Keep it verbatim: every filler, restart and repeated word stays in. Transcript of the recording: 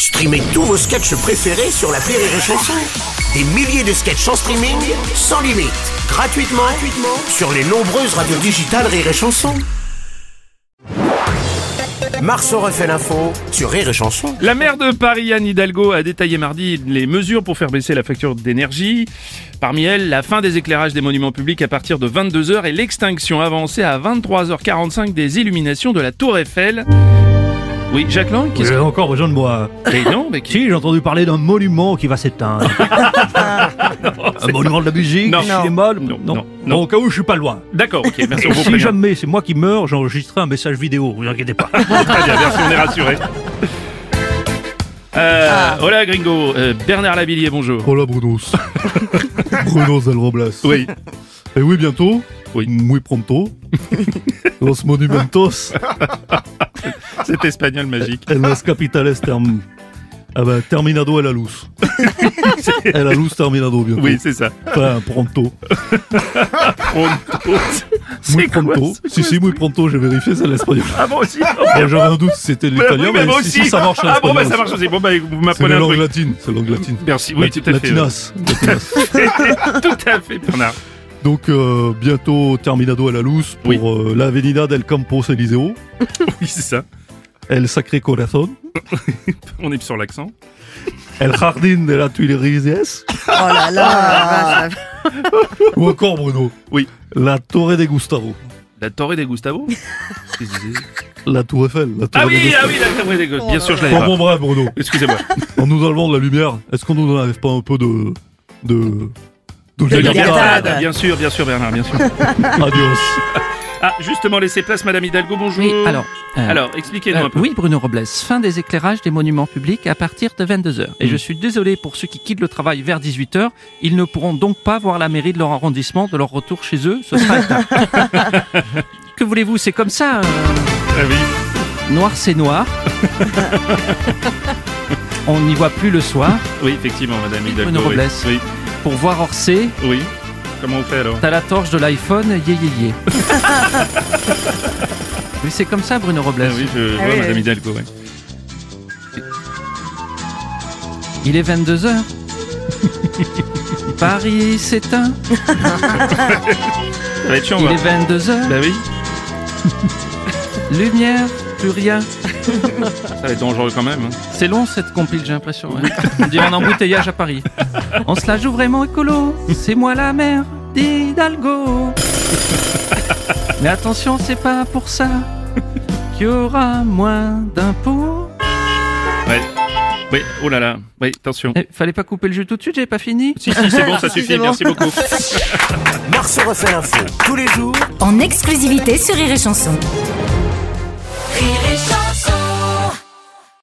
Streamez tous vos sketchs préférés sur l'appli Rire et Chanson. Des milliers de sketchs en streaming, sans limite, gratuitement, gratuitement sur les nombreuses radios digitales Rire et Chanson. Marceau refait l'info sur Rire et Chanson. La maire de Paris, Anne Hidalgo, a détaillé mardi les mesures pour faire baisser la facture d'énergie. Parmi elles, la fin des éclairages des monuments publics à partir de vingt-deux heures et l'extinction avancée à vingt-trois heures quarante-cinq des illuminations de la Tour Eiffel. Oui, Jacques Lang, qu'est-ce J'ai que... encore besoin de moi. Mais non, mais qui... Si, j'ai entendu parler d'un monument qui va s'éteindre. Un monument de la musique, Non. du cinéma, le- Non, non. non, Bon, non. au cas où, je suis pas loin. D'accord, ok, merci pour Si vous jamais c'est moi qui meurs, j'enregistrerai un message vidéo, vous inquiétez pas. Très bien, merci, on est rassurés. Euh, Hola gringo, euh, Bernard Lavillier, bonjour. Hola Brunos. Brunos del Robles. Oui, Et oui, bientôt. Oui. Muy pronto. Los monumentos c'est espagnol magique. en las capitales term... Ah ben, terminado a la luz. A la luz terminado bientôt. Oui, c'est ça. Enfin, pronto. Pronto. Muy C'est quoi, pronto. c'est Si, quoi, si, muy pronto, j'ai vérifié, c'est l'espagnol. Ah bon aussi. Bon, j'avais un doute si c'était Bah l'italien, oui, mais mais, moi si, aussi. si, ça marche en Ah bon, bah espagnol. ça marche aussi. Bon, bah vous C'est m'apprenez la un langue truc. latine, c'est la langue latine. Merci, oui, Lati- tout à fait. Latinas. Latinas. Tout à fait, Bernard. Donc, euh, bientôt, terminado a la luz pour Oui. euh, la Avenida del Campos Elíseo, Oui, c'est ça. El Sacré Corazón, On est sur l'accent. El Jardín de la Tuileries, Oh là là. ou encore, Bruno, Oui. la Torre de Gustavo, La Torre de Gustavo. Qu'est-ce que c'est? la Tour Eiffel, la Torre Ah de oui, Gustavo. ah oui, la Torre de Gustavo. Bien sûr, je l'avais Bon, pas. bon, bref, Bruno, Excusez-moi. en nous enlevant de la lumière, est-ce qu'on nous enlève pas un peu de... de... de De libertad. libertad. Bien sûr, bien sûr, Bernard, bien sûr. Adios. Ah, justement, laissez place, Madame Hidalgo, bonjour. Oui, alors, euh, Alors, expliquez-nous euh, un peu. oui, Bruno Robles, fin des éclairages des monuments publics à partir de vingt-deux heures. Et Mm. je suis désolé pour ceux qui quittent le travail vers dix-huit heures. Ils ne pourront donc pas voir la mairie de leur arrondissement de leur retour chez eux. Ce sera éteint. Que voulez-vous, c'est comme ça. euh, Ah oui, noir, c'est noir. On n'y voit plus le soir. oui, effectivement, Madame Hidalgo. Bruno oui. Robles. Oui, Pour voir Orsay, oui. Comment on fait alors? t'as la torche de l'iPhone, yé yé yé. Oui, c'est comme ça, Bruno Robles. Ah oui, je Ah vois oui, Madame oui. Hidalgo, ouais. Il est vingt-deux heures. Paris s'éteint. Ça va être chiant, Il va. est vingt-deux heures. Bah oui, Lumière, plus rien. ça va être dangereux quand même. hein. C'est long cette compile, j'ai l'impression. Ouais. On dirait un embouteillage à Paris. On se la joue vraiment écolo. C'est moi la mère d'Hidalgo. Mais attention, c'est pas pour ça qu'il y aura moins d'impôts. Ouais. Oui, oh là là. Oui, attention. Eh, fallait pas couper le jus tout de suite, j'ai pas fini. Si, si, c'est bon, ça Si, suffit. c'est bon. Merci beaucoup. Marceau refait l'info tous les jours En exclusivité sur Rire et Chanson. Rire et chanson.